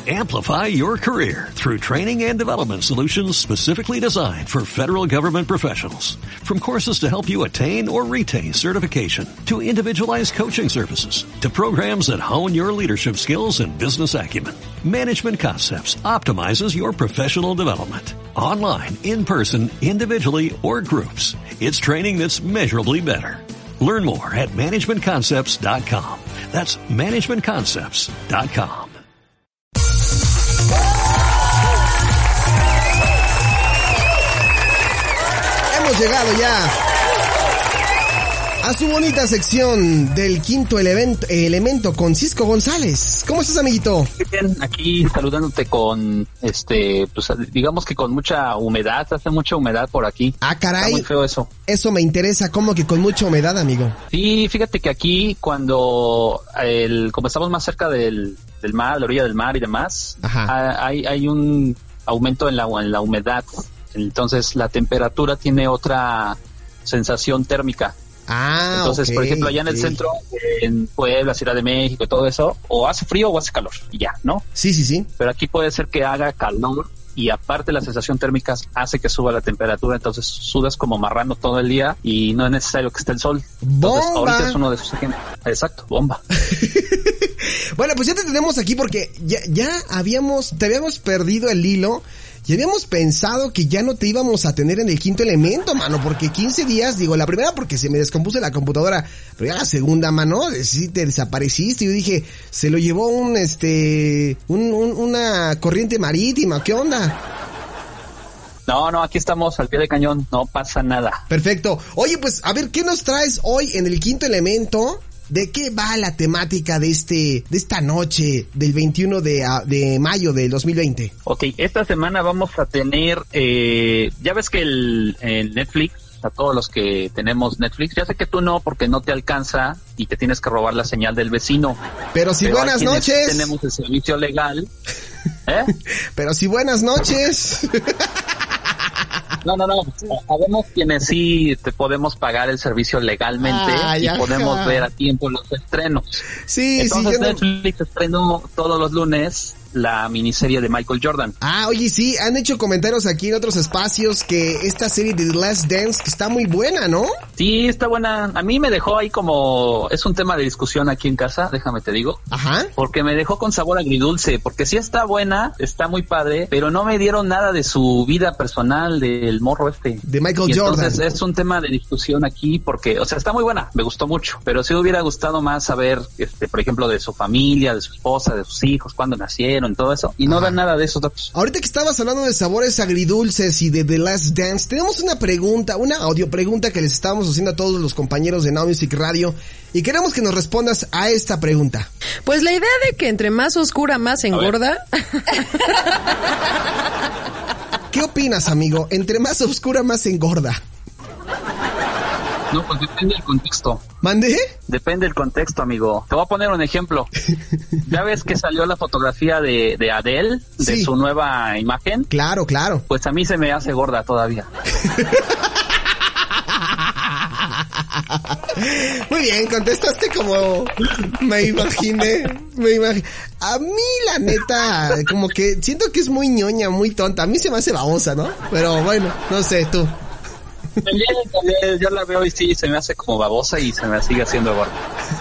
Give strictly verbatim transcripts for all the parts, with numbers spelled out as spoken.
Amplify your career through training and development solutions specifically designed for federal government professionals. From courses to help you attain or retain certification, to individualized coaching services, to programs that hone your leadership skills and business acumen, Management Concepts optimizes your professional development. Online, in person, individually, or groups, it's training that's measurably better. Learn more at management concepts dot com. That's management concepts dot com. Hemos llegado ya a su bonita sección del quinto elemento, elemento con Cisco González. ¿Cómo estás, amiguito? Bien, aquí saludándote con, este, pues digamos que con mucha humedad, hace mucha humedad por aquí. Ah, caray. Está muy feo eso. Eso me interesa, ¿cómo que con mucha humedad, amigo? Sí, fíjate que aquí cuando, el, como estamos más cerca del, del mar, la orilla del mar y demás, Ajá. hay, hay un aumento en la, en la humedad. Entonces la temperatura tiene otra sensación térmica. Ah, Entonces, okay, por ejemplo, allá en el okay. centro, en Puebla, Ciudad de México y todo eso, o hace frío o hace calor, y ya, ¿no? Sí, sí, sí. Pero aquí puede ser que haga calor y aparte la sensación térmica hace que suba la temperatura, entonces sudas como marrano todo el día y no es necesario que esté el sol. ¡Bomba! Entonces, ahorita es uno de esos ejemplos. Exacto, bomba. Bueno, pues ya te tenemos aquí porque ya, ya habíamos, te habíamos perdido el hilo. Y habíamos pensado que ya no te íbamos a tener en el quinto elemento, mano, porque quince días, digo, la primera porque se me descompuso la computadora, pero ya la segunda, mano, sí te desapareciste. Yo dije, se lo llevó un, este, un, un, una corriente marítima, ¿qué onda? No, no, aquí estamos al pie del cañón, no pasa nada. Perfecto. Oye, pues, a ver, ¿qué nos traes hoy en el quinto elemento? ¿De qué va la temática de este, de esta noche del veintiuno de, de mayo del dos mil veinte? Ok, esta semana vamos a tener, eh, ya ves que el, el Netflix, a todos los que tenemos Netflix, ya sé que tú no, porque no te alcanza y te tienes que robar la señal del vecino. Pero si Pero buenas noches. Tenemos el servicio legal. ¿Eh? Pero si buenas noches. No, no, no. Sabemos quienes sí te podemos pagar el servicio legalmente Ay, y ajá. podemos ver a tiempo los estrenos. Sí, Entonces sí. Netflix no... estrenó todos los lunes la miniserie de Michael Jordan. Ah, oye, sí, han hecho comentarios aquí en otros espacios que esta serie de The Last Dance que está muy buena, ¿no? Sí, está buena. A mí me dejó ahí como... Es un tema de discusión aquí en casa, déjame te digo. Ajá. Porque me dejó con sabor agridulce, porque sí está buena, está muy padre, pero no me dieron nada de su vida personal del morro este. De Michael y Jordan. Entonces es un tema de discusión aquí porque, o sea, está muy buena, me gustó mucho, pero sí hubiera gustado más saber, este, por ejemplo, de su familia, de su esposa, de sus hijos, cuándo nacieron, todo eso, y no Ajá. dan nada de esos datos. Ahorita que estabas hablando de sabores agridulces y de The Last Dance, tenemos una pregunta, una audio pregunta que les estábamos haciendo a todos los compañeros de Now Music Radio y queremos que nos respondas a esta pregunta. Pues la idea de que entre más oscura más engorda. ¿Qué opinas, amigo? Entre más oscura más engorda. No, pues depende del contexto. ¿Mande? Depende del contexto, amigo. Te voy a poner un ejemplo. ¿Ya ves que salió la fotografía de, de Adele, de sí. su nueva imagen? Claro, claro. Pues a mí se me hace gorda todavía. Muy bien, contestaste como me imaginé, me imaginé. A mí la neta, como que siento que es muy ñoña, muy tonta. A mí se me hace babosa, ¿no? Pero bueno, no sé, tú. También, también, yo la veo y sí, se me hace como babosa y se me sigue haciendo gorda.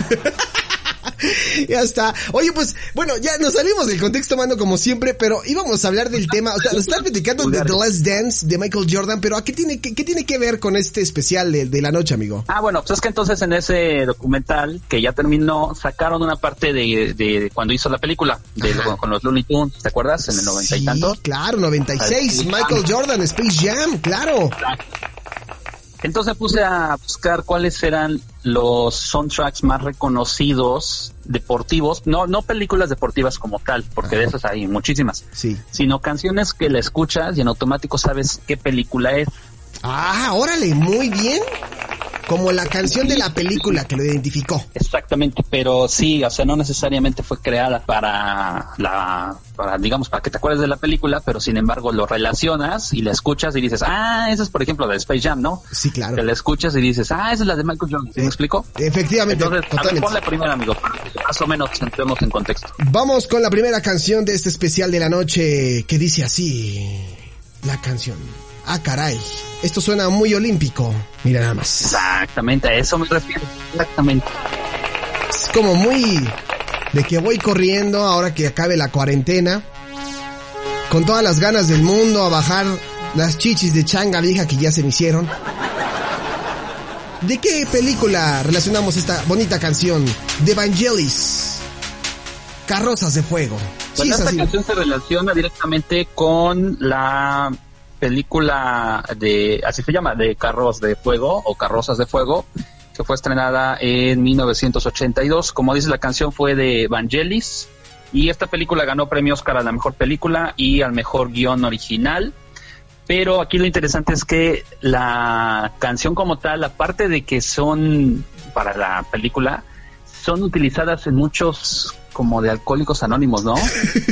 Ya está. Oye, pues, bueno, ya nos salimos del contexto, mano, como siempre, pero íbamos a hablar del tema, o sea, nos están platicando de The Last Dance de Michael Jordan, pero ¿a qué tiene, qué, qué tiene que ver con este especial de, de la noche, amigo? Ah, bueno, pues es que entonces en ese documental, que ya terminó, sacaron una parte de, de, de cuando hizo la película, de lo, con los Looney Tunes, ¿te acuerdas? En el noventa sí, y tanto. Claro, noventa y seis, Michael Jordan, Space Jam, claro. Entonces puse a buscar cuáles eran los soundtracks más reconocidos deportivos, no no películas deportivas como tal, porque Ajá. de esas hay muchísimas, sí. sino canciones que la escuchas y en automático sabes qué película es. Ah, órale, muy bien. Como la canción de la película que lo identificó. Exactamente, pero sí, o sea, no necesariamente fue creada para la, para, digamos, para que te acuerdes de la película, pero sin embargo lo relacionas y la escuchas y dices, ah, esa es por ejemplo de Space Jam, ¿no? Sí, claro. Que la escuchas y dices, ah, esa es la de Michael Jordan, ¿sí eh, me explico? Efectivamente, Entonces, totalmente. A ver, ponla primero, amigo, para que más o menos entremos en contexto. Vamos con la primera canción de este especial de la noche, que dice así, la canción. Ah, caray, esto suena muy olímpico. Mira nada más. Exactamente, a eso me refiero. Exactamente. Es como muy de que voy corriendo ahora que acabe la cuarentena, con todas las ganas del mundo a bajar las chichis de changa vieja que ya se me hicieron. ¿De qué película relacionamos esta bonita canción? De Vangelis, Carrozas de Fuego. Pues sí, esta así. Canción se relaciona directamente con la película de, así se llama, de Carros de Fuego o Carrozas de Fuego, que fue estrenada en mil novecientos ochenta y dos. Como dice la canción, fue de Vangelis, y esta película ganó premio Oscar a la mejor película y al mejor guión original. Pero aquí lo interesante es que la canción como tal, aparte de que son para la película, son utilizadas en muchos como de Alcohólicos Anónimos, ¿no?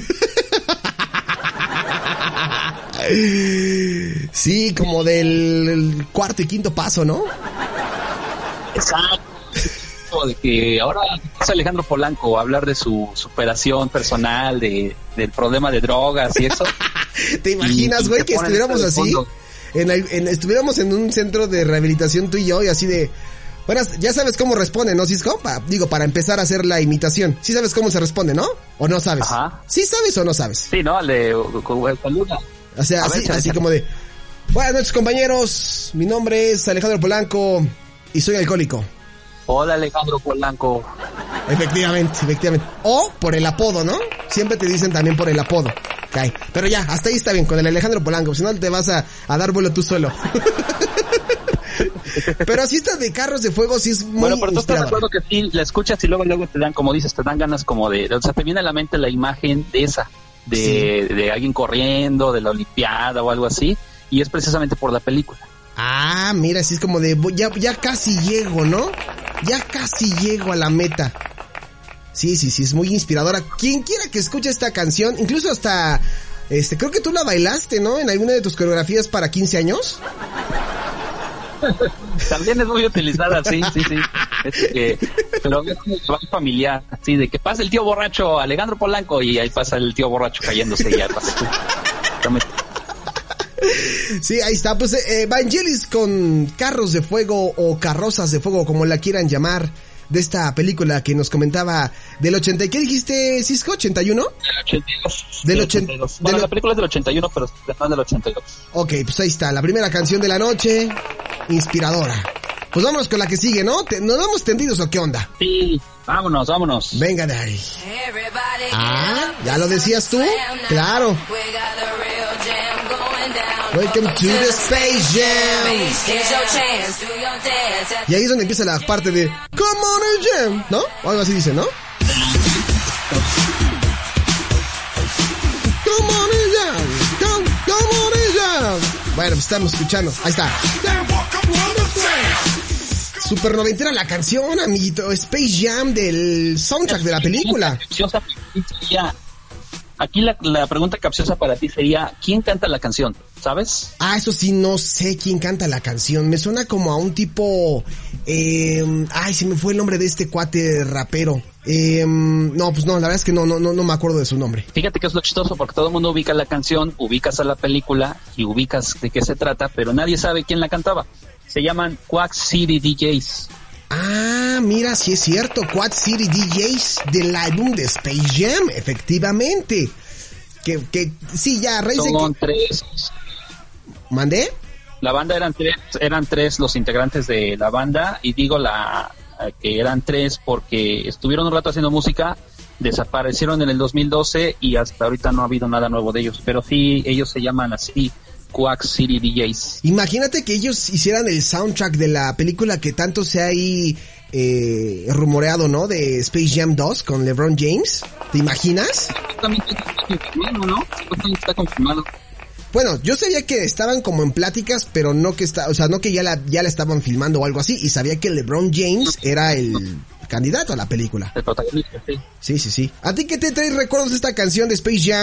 Sí, como del cuarto y quinto paso, ¿no? Exacto. De que ahora es Alejandro Polanco a hablar de su superación personal, de del problema de drogas y eso. ¿Te imaginas, güey, que estuviéramos así? En, el, en, estuviéramos en un centro de rehabilitación tú y yo, y así de... Bueno, ya sabes cómo responde, ¿no, Cisco? Pa, digo, para empezar a hacer la imitación. ¿Sí sabes cómo se responde, no? ¿O no sabes? Ajá. ¿Sí sabes o no sabes? Sí, ¿no? Le saluda. O sea, así, ver, así como de... Buenas noches, compañeros. Mi nombre es Alejandro Polanco y soy alcohólico. Hola, Alejandro Polanco. Efectivamente, efectivamente. O por el apodo, ¿no? Siempre te dicen también por el apodo. Okay. Pero ya, hasta ahí está bien, con el Alejandro Polanco. Si no, te vas a, a dar vuelo tú solo. Pero así está de Carros de Fuego, sí es muy bueno, pero tú estás de inspirador. acuerdo que sí, la escuchas y luego luego te dan, como dices, te dan ganas como de... O sea, te viene a la mente la imagen de esa, de, sí. de alguien corriendo, de la Olimpiada o algo así. Y es precisamente por la película. Ah, mira, sí es como de... Ya, ya casi llego, ¿no? Ya casi llego a la meta. Sí, sí, sí, es muy inspiradora. Quien quiera que escuche esta canción, incluso hasta... este, creo que tú la bailaste, ¿no? En alguna de tus coreografías para quince años. También es muy utilizada, sí, sí, sí. Es que, pero es como familiar, así de que pasa el tío borracho Alejandro Polanco y ahí pasa el tío borracho cayéndose y ya pasa. Sí, ahí está, pues eh, Vangelis con Carros de Fuego o Carrozas de Fuego, como la quieran llamar, de esta película que nos comentaba del ochenta. ¿Qué dijiste, Cisco? ¿ochenta y uno? Del ochenta y dos. Del ochenta y dos. Bueno, del... la película es del ochenta y uno, pero es del ochenta y dos. Ok, pues ahí está, la primera canción de la noche, inspiradora. Pues vámonos con la que sigue, ¿no? ¿Nos vamos tendidos o qué onda? Sí, vámonos, vámonos. Venga de ahí. Ah, ¿ya lo decías tú? Claro. Welcome to the Space Jam. Y ahí es donde empieza la parte de Come on and Jam, ¿no? O algo así dice, ¿no? Come on and Jam. Come, come on and Jam. Bueno, pues estamos escuchando. Ahí está. Super noventera la canción, amiguito. Space Jam del soundtrack de la película. Aquí la, la pregunta capciosa para ti sería, ¿quién canta la canción? ¿Sabes? Ah, eso sí, no sé quién canta la canción. Me suena como a un tipo... Eh, ay, se me fue el nombre de este cuate rapero. Eh, no, pues no, la verdad es que no, no, no, no me acuerdo de su nombre. Fíjate que es lo chistoso porque todo el mundo ubica la canción, ubicas a la película y ubicas de qué se trata, pero nadie sabe quién la cantaba. Se llaman Quad City D Js. Ah, mira, sí es cierto, Quad City D Js del álbum de Space Jam, efectivamente. Que, que, sí, ya, a raíz de que... Son tres. ¿Mandé? La banda eran tres, eran tres los integrantes de la banda, y digo la que eran tres porque estuvieron un rato haciendo música, desaparecieron en el dos mil doce y hasta ahorita no ha habido nada nuevo de ellos, pero sí, ellos se llaman así, Quad City D Js. Imagínate que ellos hicieran el soundtrack de la película que tanto se ha ahí eh, rumoreado, ¿no? De Space Jam dos con LeBron James. ¿Te imaginas? Exactamente, está confirmado, ¿no? Está confirmado. Bueno, yo sabía que estaban como en pláticas, pero no que está, o sea, no que ya la, ya la estaban filmando o algo así, y sabía que LeBron James era el candidato a la película. El protagonista, sí. Sí, sí, sí. ¿A ti qué te trae recuerdos de esta canción de Space Jam?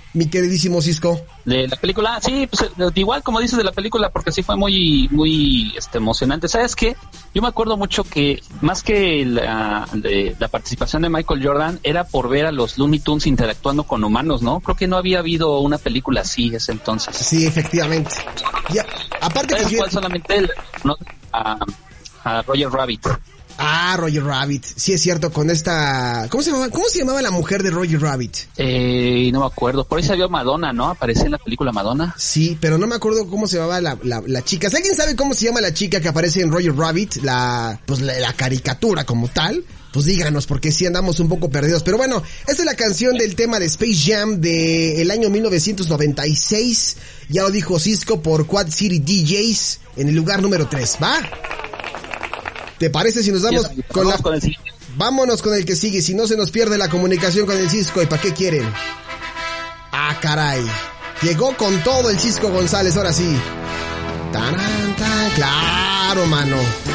mi queridísimo Cisco? De la película, sí, pues igual como dices de la película, porque sí fue muy, muy este, emocionante. ¿Sabes qué? Yo me acuerdo mucho que más que la, de, la participación de Michael Jordan era por ver a los Looney Tunes interactuando con humanos, ¿no? Creo que no había habido una película así ese entonces. Sí, efectivamente. Ya, aparte ¿sabes que cuál? yo... Solamente el, ¿no? a, a Roger Rabbit. Ah, Roger Rabbit. Sí, es cierto, con esta... ¿Cómo se llamaba, cómo se llamaba la mujer de Roger Rabbit? Eh, no me acuerdo. Por ahí salió Madonna, ¿no? Aparece en la película Madonna. Sí, pero no me acuerdo cómo se llamaba la, la, la chica. Si alguien sabe cómo se llama la chica que aparece en Roger Rabbit, la, pues la, la caricatura como tal, pues díganos, porque sí andamos un poco perdidos. Pero bueno, esta es la canción del tema de Space Jam del año mil novecientos noventa y seis. Ya lo dijo Cisco por Quad City D Js en el lugar número tres, ¿va? ¿Te parece si nos damos sí, con la... con el siguiente? Vámonos con el que sigue, si no se nos pierde la comunicación con el Cisco. ¿Y para qué quieren? Ah, caray. Llegó con todo el Cisco González, ahora sí. Tarán, tan, claro, mano.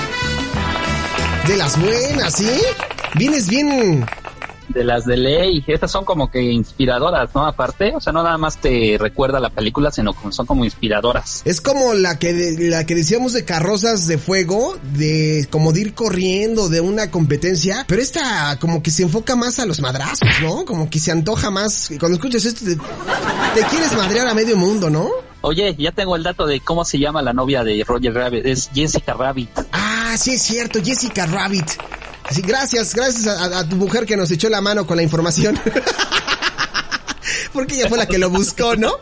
De las buenas, ¿sí? Vienes bien... De las de ley, estas son como que inspiradoras, ¿no? Aparte, o sea, no nada más te recuerda la película, sino que son como inspiradoras. Es como la que de, la que decíamos de Carrozas de Fuego, de como de ir corriendo de una competencia, pero esta como que se enfoca más a los madrazos, ¿no? Como que se antoja más, cuando escuchas esto te, te quieres madrear a medio mundo, ¿no? Oye, ya tengo el dato de cómo se llama la novia de Roger Rabbit, es Jessica Rabbit. Ah, sí es cierto, Jessica Rabbit. Sí, gracias, gracias a, a tu mujer que nos echó la mano con la información. Porque ella fue la que lo buscó, ¿no?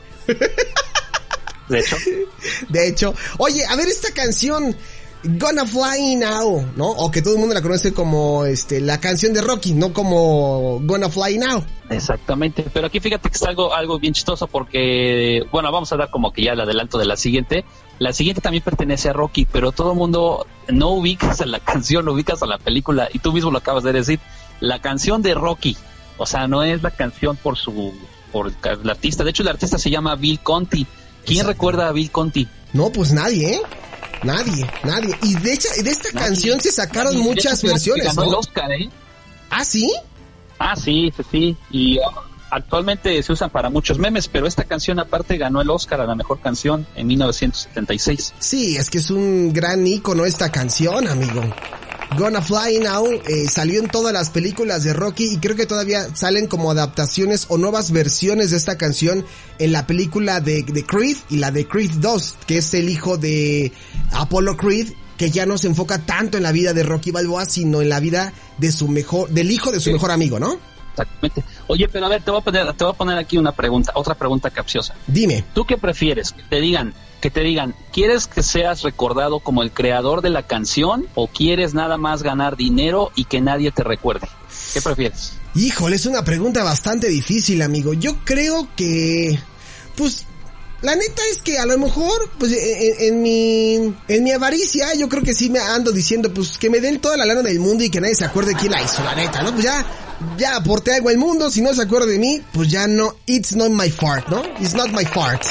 De hecho. De hecho. Oye, a ver esta canción, Gonna Fly Now, ¿no? O que todo el mundo la conoce como este la canción de Rocky, no como Gonna Fly Now. Exactamente, pero aquí fíjate que es algo, algo bien chistoso porque, bueno, vamos a dar como que ya el adelanto de la siguiente. La siguiente también pertenece a Rocky, pero todo el mundo no ubicas a la canción, ubicas a la película, y tú mismo lo acabas de decir, la canción de Rocky, o sea, no es la canción por su, por el artista, de hecho el artista se llama Bill Conti. ¿Quién Exacto. recuerda a Bill Conti? No, pues nadie, ¿eh? Nadie, nadie. Y de hecho, de esta nadie. canción se sacaron nadie. muchas hecho, versiones, ganó ¿no? el Oscar, ¿eh? ¿Ah, sí? Ah, sí, sí, sí, y... actualmente se usan para muchos memes, pero esta canción aparte ganó el Oscar a la mejor canción en mil novecientos setenta y seis. Sí, es que es un gran ícono esta canción, amigo. Gonna Fly Now eh, salió en todas las películas de Rocky y creo que todavía salen como adaptaciones o nuevas versiones de esta canción en la película de, de Creed y la de Creed dos, que es el hijo de Apollo Creed, que ya no se enfoca tanto en la vida de Rocky Balboa, sino en la vida de su mejor, del hijo de su sí. mejor amigo, ¿no? Exactamente. Oye, pero a ver, te voy a poner, te voy a poner aquí una pregunta, otra pregunta capciosa. Dime. ¿Tú qué prefieres? Que te digan, que te digan, ¿quieres que seas recordado como el creador de la canción o quieres nada más ganar dinero y que nadie te recuerde? ¿Qué prefieres? Híjole, es una pregunta bastante difícil, amigo. Yo creo que, pues, la neta es que a lo mejor, pues, en, en mi, en mi avaricia, yo creo que sí me ando diciendo, pues, que me den toda la lana del mundo y que nadie se acuerde quién la hizo, la neta, ¿no? Pues ya, ya aporté algo al mundo, si no se acuerda de mí, pues ya no, it's not my fault, ¿no? It's not my fault.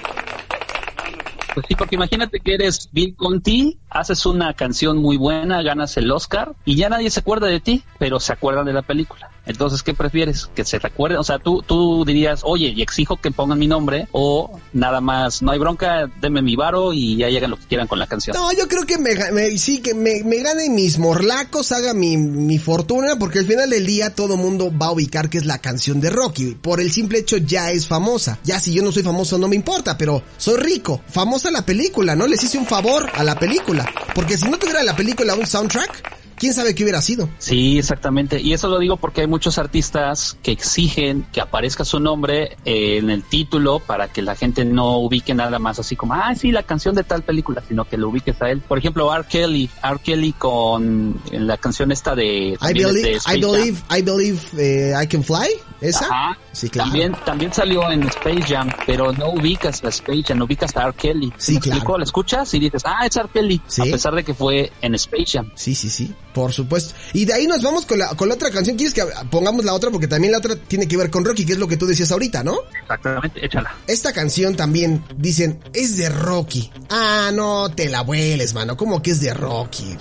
Pues sí, porque imagínate que eres Bill Conti, haces una canción muy buena, ganas el Oscar y ya nadie se acuerda de ti, pero se acuerdan de la película. Entonces, ¿qué prefieres? ¿Que se recuerden? O sea, tú tú dirías, oye, y exijo que pongan mi nombre, o nada más, no hay bronca, denme mi varo y ya hagan lo que quieran con la canción. No, yo creo que me, me sí, que me, me gane mis morlacos, haga mi, mi fortuna, porque al final del día todo mundo va a ubicar que es la canción de Rocky. Por el simple hecho ya es famosa. Ya si yo no soy famoso no me importa, pero soy rico. Famosa la película, ¿no? Les hice un favor a la película. Porque si no tuviera la película un soundtrack, ¿quién sabe qué hubiera sido? Sí, exactamente. Y eso lo digo porque hay muchos artistas que exigen que aparezca su nombre eh, en el título para que la gente no ubique nada más así como, ah, sí, la canción de tal película, sino que lo ubiques a él. Por ejemplo, R. Kelly. R. Kelly con la canción esta de... I believe, de I believe, I believe uh, I can fly. ¿Esa? Ajá. Sí, claro. También, también salió en Space Jam, pero no ubicas a Space Jam, ubicas a R. Kelly. Sí, claro. Explicó? ¿La escuchas? Y dices, ah, es R. Kelly. ¿Sí? A pesar de que fue en Space Jam. Sí, sí, sí. Por supuesto. Y de ahí nos vamos con la, con la otra canción. ¿Quieres que pongamos la otra? Porque también la otra tiene que ver con Rocky, que es lo que tú decías ahorita, ¿no? Exactamente, échala. Esta canción también, dicen, es de Rocky. Ah, no te la vueles, mano. ¿Cómo que es de Rocky?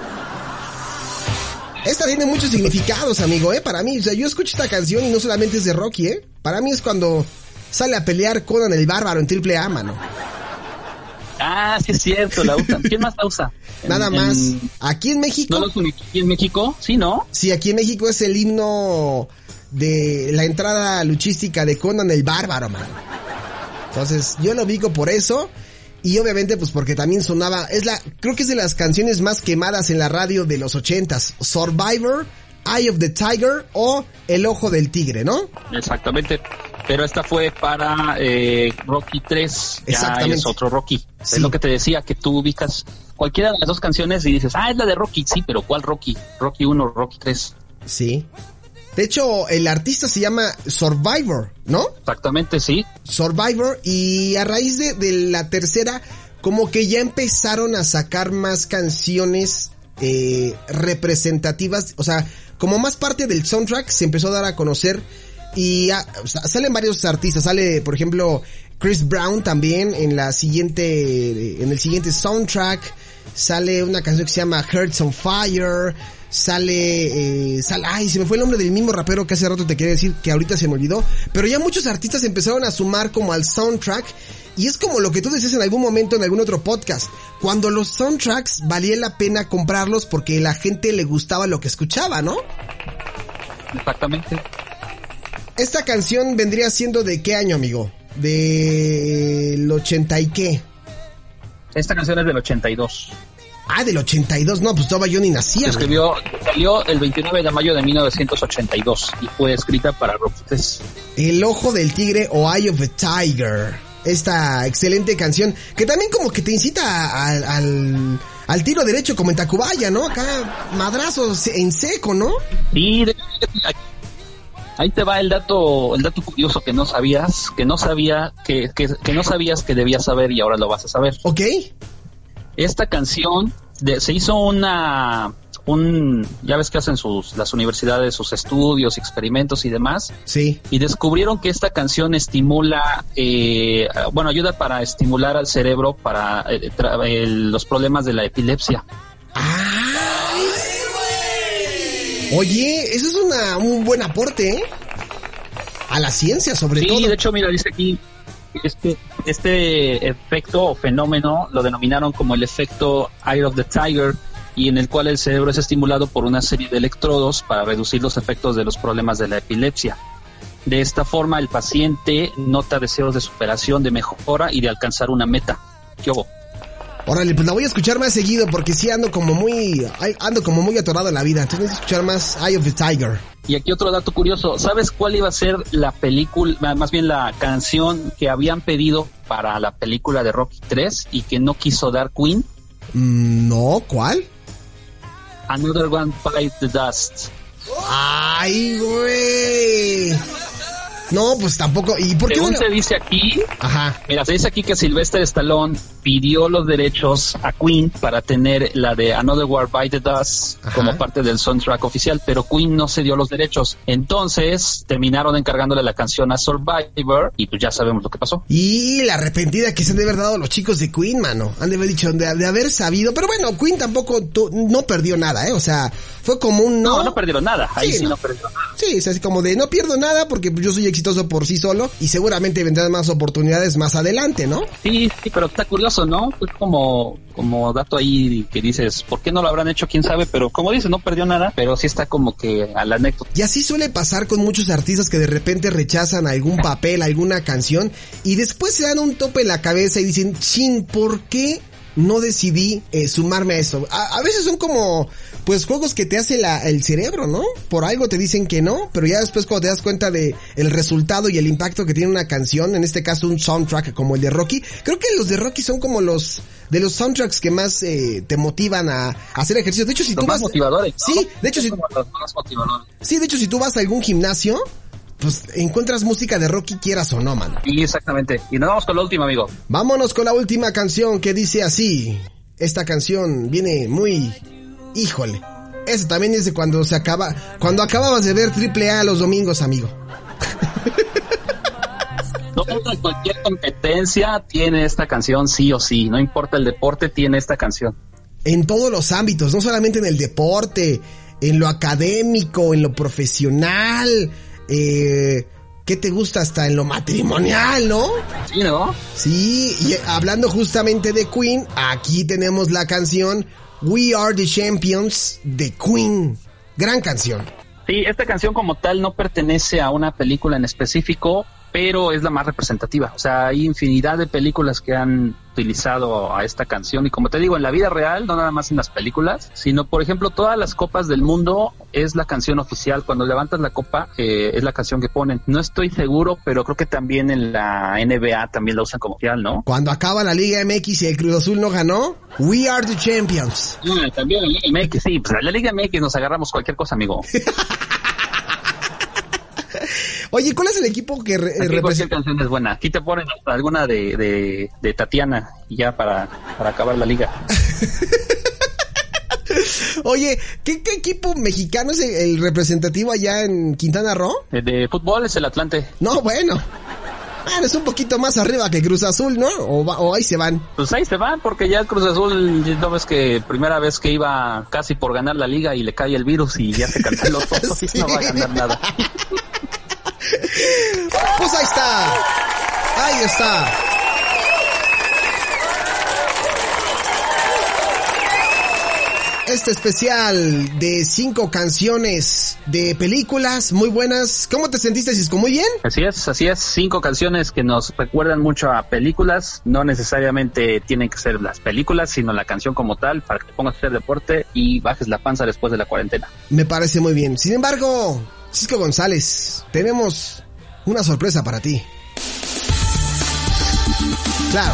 Esta tiene muchos significados, amigo, ¿eh? Para mí, o sea, yo escucho esta canción y no solamente es de Rocky, ¿eh? Para mí es cuando sale a pelear Conan el Bárbaro en triple A, mano. Ah, sí es cierto, la usan. ¿Quién más la usa? En, Nada más. En... Aquí en México. ¿No los únicos aquí en México? Sí, ¿no? Sí, aquí en México es el himno de la entrada luchística de Conan el Bárbaro, mano. Entonces, yo lo ubico por eso. Y obviamente, pues porque también sonaba, es la, creo que es de las canciones más quemadas en la radio de los ochentas. Survivor, Eye of the Tiger o El Ojo del Tigre, ¿no? Exactamente. Pero esta fue para eh, Rocky tres. Exactamente. Ya es otro Rocky. Sí. Es lo que te decía, que tú ubicas cualquiera de las dos canciones y dices, ah, es la de Rocky. Sí, pero ¿cuál Rocky? Rocky uno, Rocky tres. Sí. De hecho, el artista se llama Survivor, ¿no? Exactamente, sí. Survivor, y a raíz de, de la tercera, como que ya empezaron a sacar más canciones eh, representativas, o sea, como más parte del soundtrack se empezó a dar a conocer. Y ah, o sea, salen varios artistas, sale por ejemplo Chris Brown también en la siguiente, en el siguiente soundtrack, sale una canción que se llama Hearts on Fire, sale, eh, sale, ay, se me fue el nombre del mismo rapero que hace rato te quería decir, que ahorita se me olvidó, pero ya muchos artistas empezaron a sumar como al soundtrack, y es como lo que tú decías en algún momento en algún otro podcast, cuando los soundtracks valía la pena comprarlos porque a la gente le gustaba lo que escuchaba, ¿no? Exactamente. Esta canción vendría siendo ¿de qué año, amigo? ¿Del ochenta y qué? Esta canción es del ochenta y dos. Ah, del ochenta y dos, no, pues todavía yo ni nacía. Se escribió, salió el veintinueve de mayo de mil novecientos ochenta y dos y fue escrita para Rocky tres. El Ojo del Tigre o Eye of the Tiger. Esta excelente canción que también como que te incita al, al, al tiro derecho como en Tacubaya, ¿no? Acá madrazos en seco, ¿no? Sí, de, ahí te va el dato, el dato curioso que no sabías, que no sabía, que, que, que no sabías que debías saber y ahora lo vas a saber. Ok. Esta canción de, se hizo una, un, ya ves que hacen sus, las universidades, sus estudios, experimentos y demás. Sí. Y descubrieron que esta canción estimula, eh, bueno, ayuda para estimular al cerebro para eh, tra, el, los problemas de la epilepsia. ¡Ay! Oye, eso es una, un buen aporte, ¿eh? A la ciencia, sobre sí, todo. Sí, de hecho, mira, dice aquí, este, este efecto o fenómeno lo denominaron como el efecto Eye of the Tiger, y en el cual el cerebro es estimulado por una serie de electrodos para reducir los efectos de los problemas de la epilepsia. De esta forma, el paciente nota deseos de superación, de mejora y de alcanzar una meta. ¿Qué hubo? Órale, pues la voy a escuchar más seguido porque sí ando como muy ando como muy atorado en la vida. Entonces necesito escuchar más Eye of the Tiger. Y aquí otro dato curioso, ¿sabes cuál iba a ser la película, más bien la canción que habían pedido para la película de Rocky tres y que no quiso dar Queen? Mm, no, ¿cuál? Another One Bite the Dust. Ay, güey. No, pues tampoco. ¿Y por qué Según no? se dice aquí, ajá. Mira, se dice aquí que Sylvester Stallone pidió los derechos a Queen para tener la de Another One Bite the Dust ajá. como parte del soundtrack oficial, pero Queen no se dio los derechos. Entonces terminaron encargándole la canción a Survivor y pues ya sabemos lo que pasó. Y la arrepentida que se han de haber dado los chicos de Queen, mano. Han de haber dicho, de, de haber sabido. Pero bueno, Queen tampoco tu, no perdió nada, ¿eh? O sea, fue como un no. No, no perdieron nada. Ahí sí, sí no. no perdieron nada. Sí, es así como de no pierdo nada porque yo soy exitoso por sí solo y seguramente vendrán más oportunidades más adelante, ¿no? Sí, sí, pero está curioso, ¿no? Pues como, como dato ahí que dices, ¿por qué no lo habrán hecho? ¿Quién sabe? Pero como dices, no perdió nada, pero sí está como que a la anécdota. Y así suele pasar con muchos artistas que de repente rechazan algún papel, alguna canción y después se dan un tope en la cabeza y dicen, chin, ¿por qué no decidí eh, sumarme a eso? A, a veces son como pues juegos que te hace la, el cerebro, ¿no? Por algo te dicen que no, pero ya después cuando te das cuenta de el resultado y el impacto que tiene una canción, en este caso un soundtrack como el de Rocky, creo que los de Rocky son como los de los soundtracks que más eh, te motivan a, a hacer ejercicio. De hecho, si los tú más vas motivadores, ¿no? Sí, de hecho si los más motivadores. Sí, de hecho si tú vas a algún gimnasio, pues encuentras música de Rocky, quieras o no, mano. Sí, exactamente. Y nos vamos con la última, amigo. Vámonos con la última canción que dice así. Esta canción viene muy... Híjole. Eso también es de cuando se acaba... Cuando acababas de ver triple A los domingos, amigo. No, cualquier competencia tiene esta canción sí o sí. No importa el deporte, tiene esta canción. En todos los ámbitos, no solamente en el deporte, en lo académico, en lo profesional... Eh, ¿qué te gusta hasta en lo matrimonial, no? Sí, ¿no? Sí, y hablando justamente de Queen, aquí tenemos la canción We Are the Champions de Queen. Gran canción. Sí, esta canción como tal no pertenece a una película en específico, pero es la más representativa. O sea, hay infinidad de películas que han utilizado a esta canción y como te digo, en la vida real, no nada más en las películas, sino por ejemplo todas las copas del mundo es la canción oficial. Cuando levantas la copa eh, es la canción que ponen. No estoy seguro, pero creo que también en la N B A también la usan como oficial, ¿no? Cuando acaba la Liga M X y el Cruz Azul no ganó, We Are the Champions. Ah, también la Liga M X, sí, pues en la Liga M X nos agarramos cualquier cosa, amigo. Oye, ¿cuál es el equipo que re- representa? representa? Cualquier canción es buena. Aquí te ponen alguna de, de, de Tatiana y ya para, para acabar la liga. Oye, ¿qué, ¿qué equipo mexicano es el, el representativo allá en Quintana Roo? De, de fútbol es el Atlante. No, bueno. Bueno, es un poquito más arriba que Cruz Azul, ¿no? O, va, o ahí se van. Pues ahí se van, porque ya el Cruz Azul, no ves que primera vez que iba casi por ganar la liga y le cae el virus y ya se canceló todo, sí. No va a ganar nada. Pues ahí está. Ahí está. Este especial de cinco canciones de películas muy buenas. ¿Cómo te sentiste, Cisco? ¿Muy bien? Así es, así es. Cinco canciones que nos recuerdan mucho a películas. No necesariamente tienen que ser las películas, sino la canción como tal, para que te pongas a hacer deporte y bajes la panza después de la cuarentena. Me parece muy bien. Sin embargo, Cisco González, tenemos una sorpresa para ti. Claro.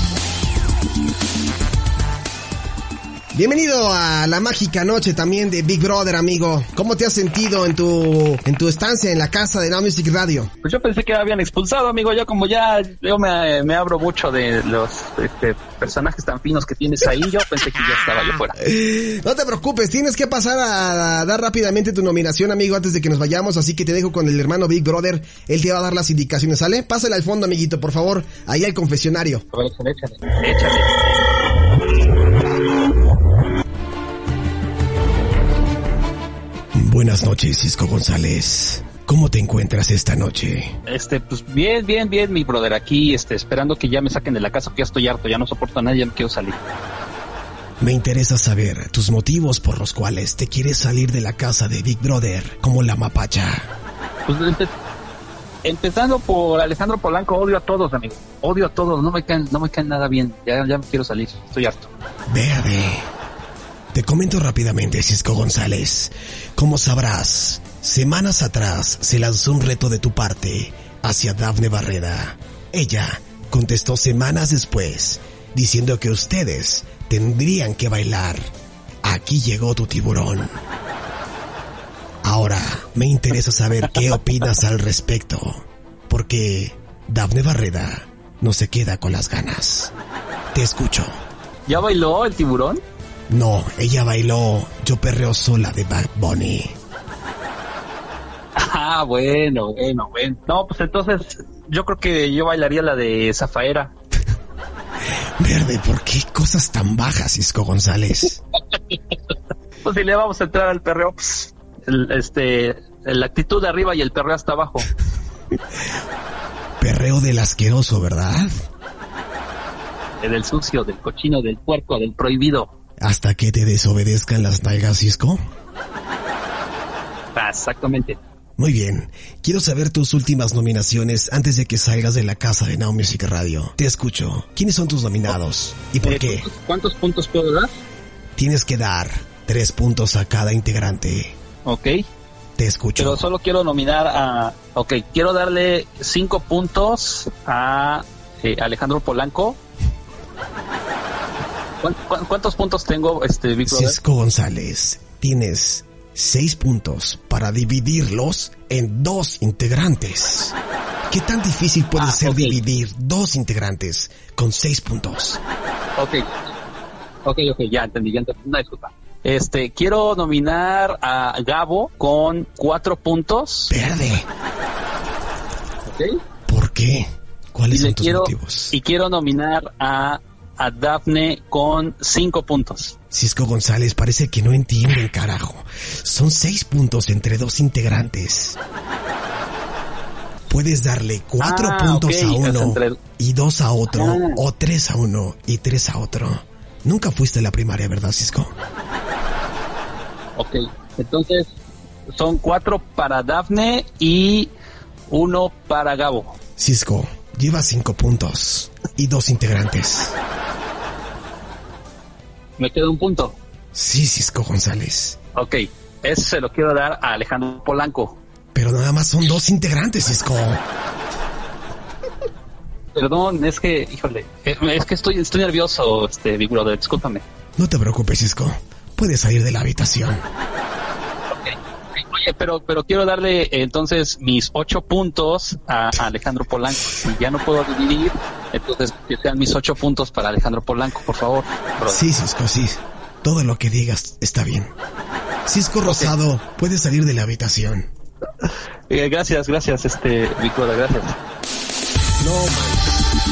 Bienvenido a la mágica noche también de Big Brother, amigo. ¿Cómo te has sentido en tu en tu estancia en la casa de Now Music Radio? Pues yo pensé que me habían expulsado, amigo. Yo como ya yo me, me abro mucho de los este, personajes tan finos que tienes ahí, yo pensé que ya estaba yo fuera. No te preocupes, tienes que pasar a, a dar rápidamente tu nominación, amigo, antes de que nos vayamos. Así que te dejo con el hermano Big Brother. Él te va a dar las indicaciones, ¿sale? Pásale al fondo, amiguito, por favor. Ahí al confesionario. A ver, échale, échale. Buenas noches, Cisco González. ¿Cómo te encuentras esta noche? Este, pues bien, bien, bien, mi brother. Aquí, este, esperando que ya me saquen de la casa, que ya estoy harto, ya no soporto a nadie, ya me quiero salir. Me interesa saber tus motivos por los cuales te quieres salir de la casa de Big Brother como la mapacha. Pues empe- empezando por Alejandro Polanco, odio a todos, amigo. Odio a todos, no me caen, no me caen nada bien. Ya, ya me quiero salir, estoy harto. Ve a ver. Te comento rápidamente, Cisco González. Como sabrás, semanas atrás se lanzó un reto de tu parte hacia Dafne Barrera. Ella contestó semanas después, diciendo que ustedes tendrían que bailar. Aquí llegó tu tiburón. Ahora, me interesa saber qué opinas al respecto, porque Dafne Barrera no se queda con las ganas. Te escucho. ¿Ya bailó el tiburón? No, ella bailó Yo Perreo Sola de Bad Bunny. Ah, bueno, bueno, bueno. No, pues entonces yo creo que yo bailaría la de Zafaera. Verde, ¿por qué cosas tan bajas, Cisco González? Pues si le vamos a entrar al perreo, pues, el, este, la actitud de arriba y el perreo hasta abajo. Perreo del asqueroso, ¿verdad? Del sucio, del cochino, del puerco, del prohibido. ¿Hasta que te desobedezcan las nalgas, Cisco? Ah, exactamente. Muy bien. Quiero saber tus últimas nominaciones antes de que salgas de la casa de Now Music Radio. Te escucho. ¿Quiénes son tus nominados? ¿Y por eh, qué? ¿cuántos, ¿Cuántos puntos puedo dar? Tienes que dar tres puntos a cada integrante. Ok. Te escucho. Pero solo quiero nominar a... Ok, quiero darle cinco puntos a eh, Alejandro Polanco. ¿Cuántos puntos tengo, este, Big Brother? Cisco González, tienes seis puntos para dividirlos en dos integrantes. ¿Qué tan difícil puede ah, ser okay. dividir dos integrantes con seis puntos? Ok, ok, ok, ya entendí, ya entendí, una disculpa. Este, quiero nominar a Gabo con cuatro puntos. Verde. Ok. ¿Por qué? ¿Cuáles y son tus quiero, motivos? Y quiero nominar a... a Dafne con cinco puntos. Cisco González, parece que no entienden, carajo. Son seis puntos entre dos integrantes. puedes darle cuatro ah, puntos okay. a uno entre... y dos a otro, ah. o tres a uno y tres a otro. Nunca fuiste a la primaria, ¿verdad, Cisco? Ok, entonces son cuatro para Dafne y uno para Gabo. Cisco, lleva cinco puntos y dos integrantes. Me queda un punto. Sí, Cisco González. Ok, ese se lo quiero dar a Alejandro Polanco. Pero nada más son dos integrantes, Cisco. Perdón, es que, híjole, es que estoy, estoy nervioso, este, Big Brother, discúlpame. No te preocupes, Cisco. Puedes salir de la habitación. Okay. Oye, pero, pero quiero darle eh, entonces mis ocho puntos a, a Alejandro Polanco. Si ya no puedo dividir, entonces que sean mis ocho puntos para Alejandro Polanco, por favor. Brother. Sí, Cisco, sí. Todo lo que digas está bien. Cisco Rosado, okay. Puedes salir de la habitación. Eh, gracias, gracias, este, Big Brother, gracias. No, man.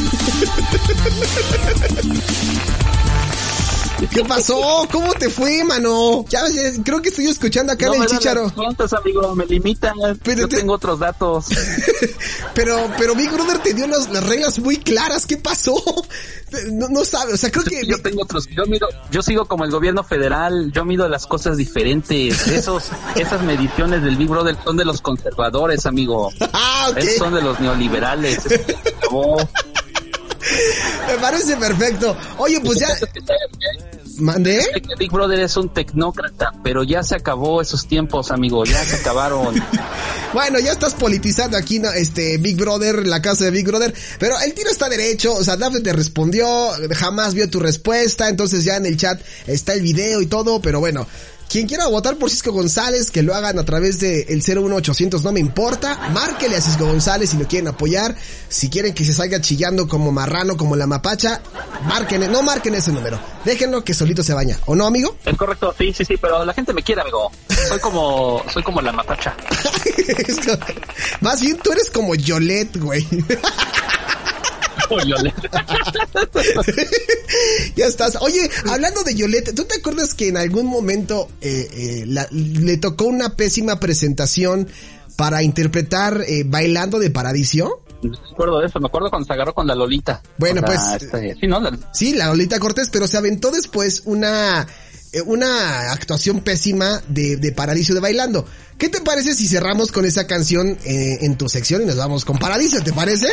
¿Qué pasó? ¿Cómo te fue, mano? Ya, ya creo que estoy escuchando acá no en el Chícharo. ¿Cuántos, amigo? Me limitan. Pero Yo te... tengo otros datos. pero, pero Big Brother te dio las, las reglas muy claras. ¿Qué pasó? No, no sabe, o sea, creo que... Yo tengo otros, yo mido, yo sigo como el gobierno federal, yo mido las cosas diferentes. Esos, esas mediciones del Big Brother son de los conservadores, amigo. Ah, okay. Esos son de los neoliberales. Oh. Me parece perfecto. Oye, pues ya... ¿Mandé? Big Brother es un tecnócrata, pero ya se acabó esos tiempos, amigo, ya se acabaron. Bueno, ya estás politizando aquí, ¿no? Este, Big Brother, la casa de Big Brother, pero el tiro está derecho, o sea, Dafne te respondió, jamás vio tu respuesta, entonces ya en el chat está el video y todo, pero bueno... Quien quiera votar por Cisco González, que lo hagan a través de el cero uno ochocientos, no me importa. Márquele a Cisco González si lo quieren apoyar. Si quieren que se salga chillando como marrano, como la mapacha, márquenle, no marquen ese número. Déjenlo que solito se baña. ¿O no, amigo? Es correcto, sí, sí, sí, pero la gente me quiere, amigo. Soy como, soy como la mapacha. Más bien tú eres como Yolette, güey. Ya estás. Oye, hablando de Yolette, ¿tú te acuerdas que en algún momento eh, eh, la, le tocó una pésima presentación para interpretar eh, Bailando de Paradiso? No me acuerdo de eso, me acuerdo cuando se agarró con la Lolita. Bueno, la, pues... Este, sí, ¿no? La... sí, la Lolita Cortés, pero se aventó después una... una actuación pésima de, de Paradiso de Bailando. ¿Qué te parece si cerramos con esa canción eh, en tu sección y nos vamos con Paradiso? ¿Te parece?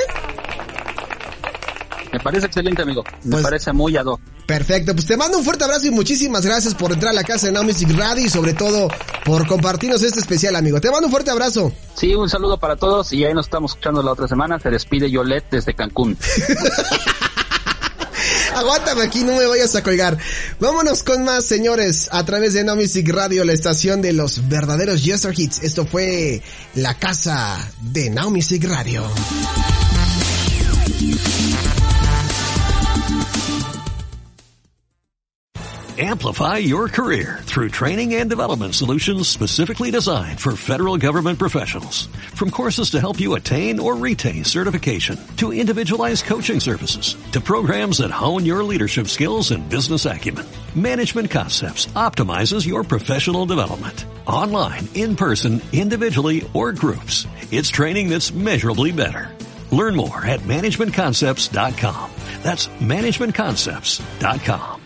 Me parece excelente, amigo. Me pues, parece muy ad hoc. Perfecto, pues te mando un fuerte abrazo y muchísimas gracias por entrar a la casa de Now Music Radio y sobre todo por compartirnos este especial, amigo. Te mando un fuerte abrazo. Sí, un saludo para todos y ahí nos estamos escuchando la otra semana. Se despide Yolette desde Cancún. Aguántame aquí, no me vayas a colgar. Vámonos con más, señores, a través de Now Music Radio, la estación de los verdaderos Yester Hits. Esto fue la casa de Now Music Radio. Amplify your career through training and development solutions specifically designed for federal government professionals. From courses to help you attain or retain certification, to individualized coaching services, to programs that hone your leadership skills and business acumen, Management Concepts optimizes your professional development. Online, in person, individually, or groups, it's training that's measurably better. Learn more at management concepts dot com. That's management concepts dot com.